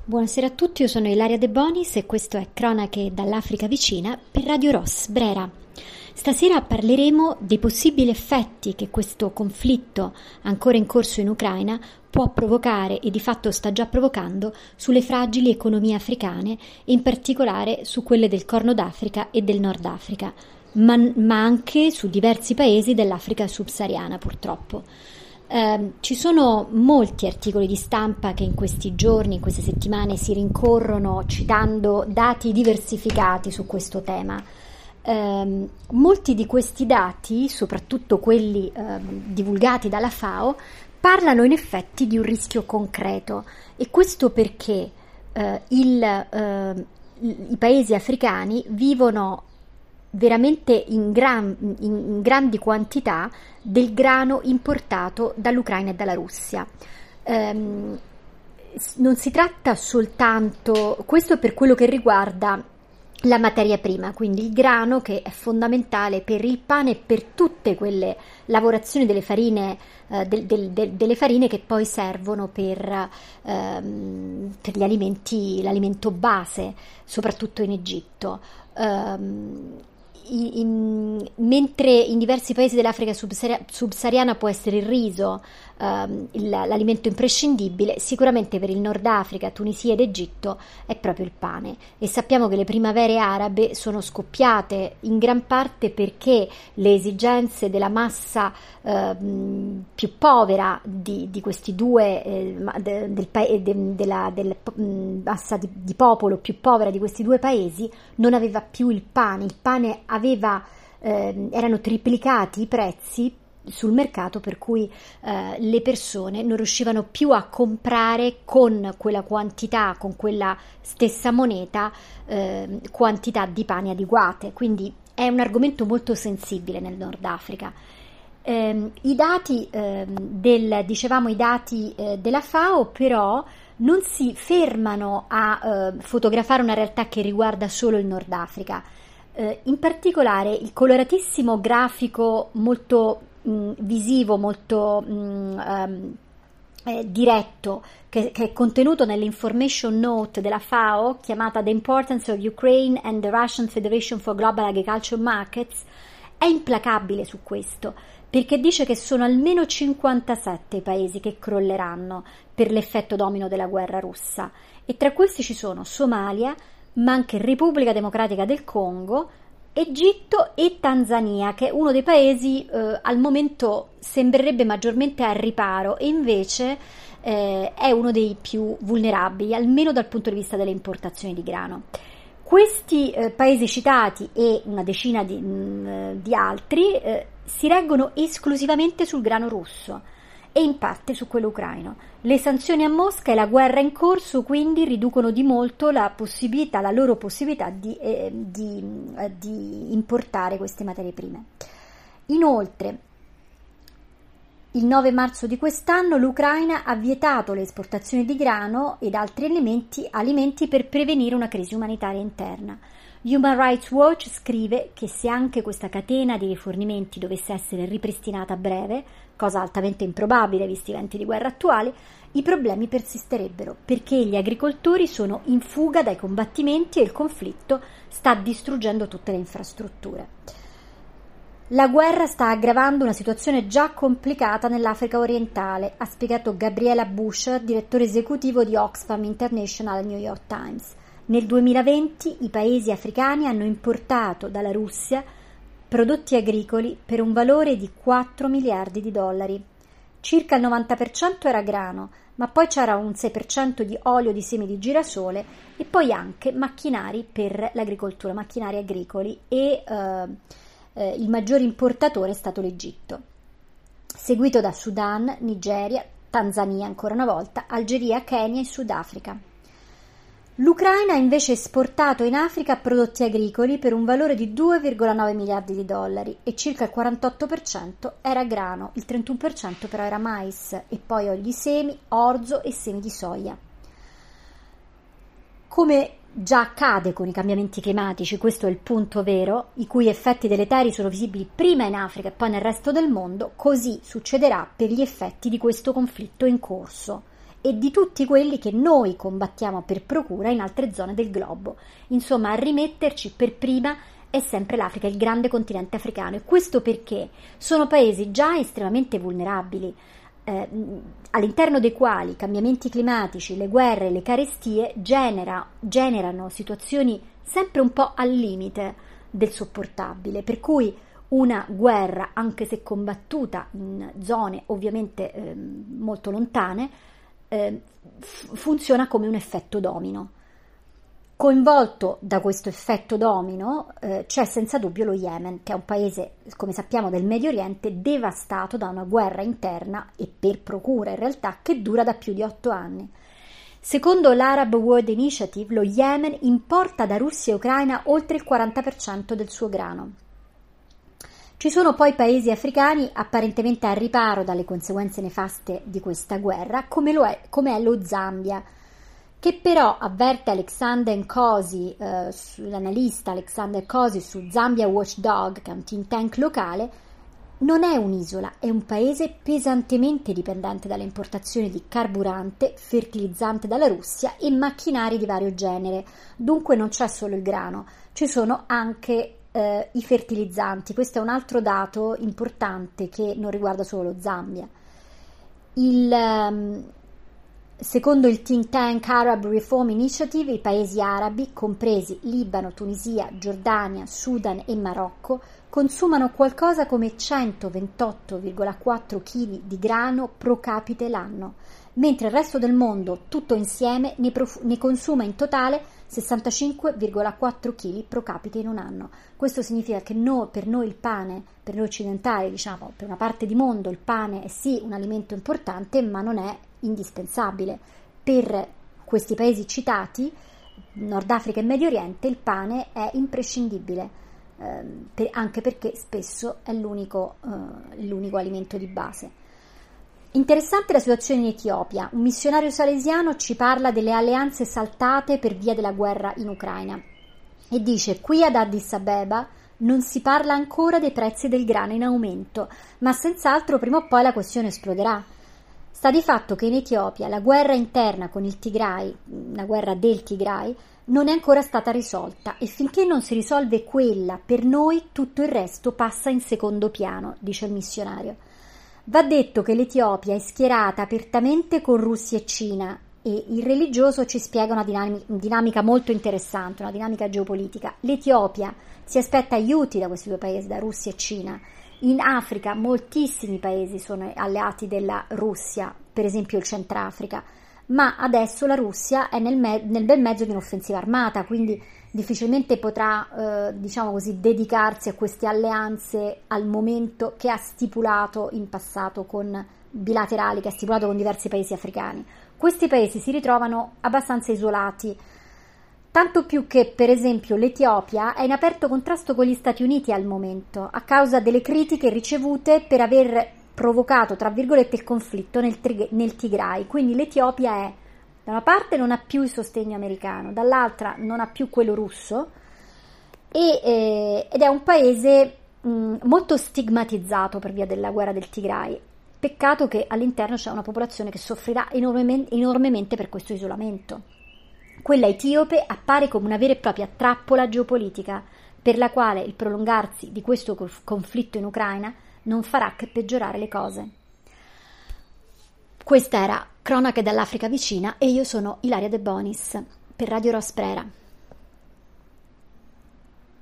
Buonasera a tutti, io sono Ilaria De Bonis e questo è Cronache dall'Africa vicina per Radio Ross Brera. Stasera parleremo dei possibili effetti che questo conflitto ancora in corso in Ucraina può provocare e di fatto sta già provocando sulle fragili economie africane e in particolare su quelle del Corno d'Africa e del Nord Africa, ma anche su diversi paesi dell'Africa subsahariana purtroppo. Ci sono molti articoli di stampa che in questi giorni, in queste settimane si rincorrono citando dati diversificati su questo tema. Molti di questi dati, soprattutto quelli divulgati dalla FAO, parlano in effetti di un rischio concreto, e questo perché i paesi africani vivono veramente in grandi quantità del grano importato dall'Ucraina e dalla Russia. Non si tratta soltanto, questo per quello che riguarda la materia prima, quindi il grano, che è fondamentale per il pane e per tutte quelle lavorazioni delle farine, delle farine che poi servono per gli alimenti, l'alimento base, soprattutto in Egitto. Mentre in diversi paesi dell'Africa subsahariana può essere il riso l'alimento imprescindibile, sicuramente per il Nord Africa, Tunisia ed Egitto è proprio il pane, e sappiamo che le primavere arabe sono scoppiate in gran parte perché le esigenze della massa più povera di questi due della massa di popolo più povera di questi due paesi non aveva più il pane erano triplicati i prezzi sul mercato, per cui le persone non riuscivano più a comprare con quella quantità, con quella stessa moneta, quantità di pane adeguate. Quindi è un argomento molto sensibile nel Nord Africa. I dati i dati della FAO però non si fermano a fotografare una realtà che riguarda solo il Nord Africa. In particolare il coloratissimo grafico molto visivo, molto diretto, che è contenuto nell'information note della FAO chiamata The Importance of Ukraine and the Russian Federation for Global Agriculture Markets, è implacabile su questo, perché dice che sono almeno 57 i paesi che crolleranno per l'effetto domino della guerra russa, e tra questi ci sono Somalia, ma anche Repubblica Democratica del Congo, Egitto e Tanzania, che è uno dei paesi al momento sembrerebbe maggiormente al riparo, e invece è uno dei più vulnerabili, almeno dal punto di vista delle importazioni di grano. Questi paesi citati e una decina di altri si reggono esclusivamente sul grano russo e in parte su quello ucraino. Le sanzioni a Mosca e la guerra in corso quindi riducono di molto la loro possibilità di importare queste materie prime. Inoltre, il 9 marzo di quest'anno l'Ucraina ha vietato le esportazioni di grano ed altri alimenti per prevenire una crisi umanitaria interna. Human Rights Watch scrive che se anche questa catena di rifornimenti dovesse essere ripristinata a breve, cosa altamente improbabile visti i venti di guerra attuali, i problemi persisterebbero, perché gli agricoltori sono in fuga dai combattimenti e il conflitto sta distruggendo tutte le infrastrutture. La guerra sta aggravando una situazione già complicata nell'Africa orientale, ha spiegato Gabriela Buscher, direttore esecutivo di Oxfam International al New York Times. Nel 2020 i paesi africani hanno importato dalla Russia prodotti agricoli per un valore di 4 miliardi di dollari. Circa il 90% era grano, ma poi c'era un 6% di olio di semi di girasole e poi anche macchinari per l'agricoltura, macchinari agricoli, e il maggior importatore è stato l'Egitto, seguito da Sudan, Nigeria, Tanzania ancora una volta, Algeria, Kenya e Sudafrica. L'Ucraina ha invece esportato in Africa prodotti agricoli per un valore di 2,9 miliardi di dollari e circa il 48% era grano, il 31% però era mais e poi oli di semi, orzo e semi di soia. Come già accade con i cambiamenti climatici, questo è il punto vero, i cui effetti deleteri sono visibili prima in Africa e poi nel resto del mondo, così succederà per gli effetti di questo conflitto in corso e di tutti quelli che noi combattiamo per procura in altre zone del globo. Insomma, a rimetterci per prima è sempre l'Africa, il grande continente africano, e questo perché sono paesi già estremamente vulnerabili, all'interno dei quali i cambiamenti climatici, le guerre, le carestie generano situazioni sempre un po' al limite del sopportabile, per cui una guerra, anche se combattuta in zone ovviamente molto lontane, funziona come un effetto domino. Coinvolto da questo effetto domino c'è senza dubbio lo Yemen, che è un paese, come sappiamo, del Medio Oriente, devastato da una guerra interna e per procura in realtà che dura da più di 8 anni. Secondo l'Arab World Initiative, lo Yemen importa da Russia e Ucraina oltre il 40% del suo grano. Ci sono poi paesi africani apparentemente al riparo dalle conseguenze nefaste di questa guerra, come è lo Zambia, che però, avverte Alexander Nkosi, l'analista Alexander Nkosi su Zambia Watchdog, che è un think tank locale, non è un'isola, è un paese pesantemente dipendente dalle importazioni di carburante, fertilizzante dalla Russia e macchinari di vario genere. Dunque non c'è solo il grano, ci sono anche i fertilizzanti. Questo è un altro dato importante che non riguarda solo lo Zambia. Secondo il think tank Arab Reform Initiative, i paesi arabi, compresi Libano, Tunisia, Giordania, Sudan e Marocco, consumano qualcosa come 128,4 kg di grano pro capite l'anno, mentre il resto del mondo, tutto insieme, ne consuma in totale 65,4 kg pro capite in un anno. Questo significa che per noi il pane, per noi occidentali, diciamo, per una parte di mondo il pane è sì un alimento importante, ma non è indispensabile. Per questi paesi citati, Nord Africa e Medio Oriente, il pane è imprescindibile, anche perché spesso è l'unico alimento di base. Interessante la situazione in Etiopia. Un missionario salesiano ci parla delle alleanze saltate per via della guerra in Ucraina e dice: qui ad Addis Abeba non si parla ancora dei prezzi del grano in aumento, ma senz'altro prima o poi la questione esploderà. Sta di fatto che in Etiopia la guerra interna con il Tigray, la guerra del Tigray, non è ancora stata risolta e finché non si risolve quella, per noi tutto il resto passa in secondo piano, dice il missionario. Va detto che l'Etiopia è schierata apertamente con Russia e Cina e il religioso ci spiega una dinamica molto interessante, una dinamica geopolitica. L'Etiopia si aspetta aiuti da questi due paesi, da Russia e Cina. In Africa moltissimi paesi sono alleati della Russia, per esempio il Centrafrica, ma adesso la Russia è nel bel mezzo di un'offensiva armata, quindi difficilmente potrà, diciamo così, dedicarsi a queste alleanze al momento che ha stipulato in passato con bilaterali, che ha stipulato con diversi paesi africani. Questi paesi si ritrovano abbastanza isolati, tanto più che, per esempio, l'Etiopia è in aperto contrasto con gli Stati Uniti al momento, a causa delle critiche ricevute per aver provocato, tra virgolette, il conflitto nel Tigray. Quindi l'Etiopia è, da una parte non ha più il sostegno americano, dall'altra non ha più quello russo ed è un paese molto stigmatizzato per via della guerra del Tigray. Peccato che all'interno c'è una popolazione che soffrirà enormemente per questo isolamento. Quella etiope appare come una vera e propria trappola geopolitica per la quale il prolungarsi di questo conflitto in Ucraina non farà che peggiorare le cose. Questa era Cronache dall'Africa vicina e io sono Ilaria De Bonis per Radio Rosprera.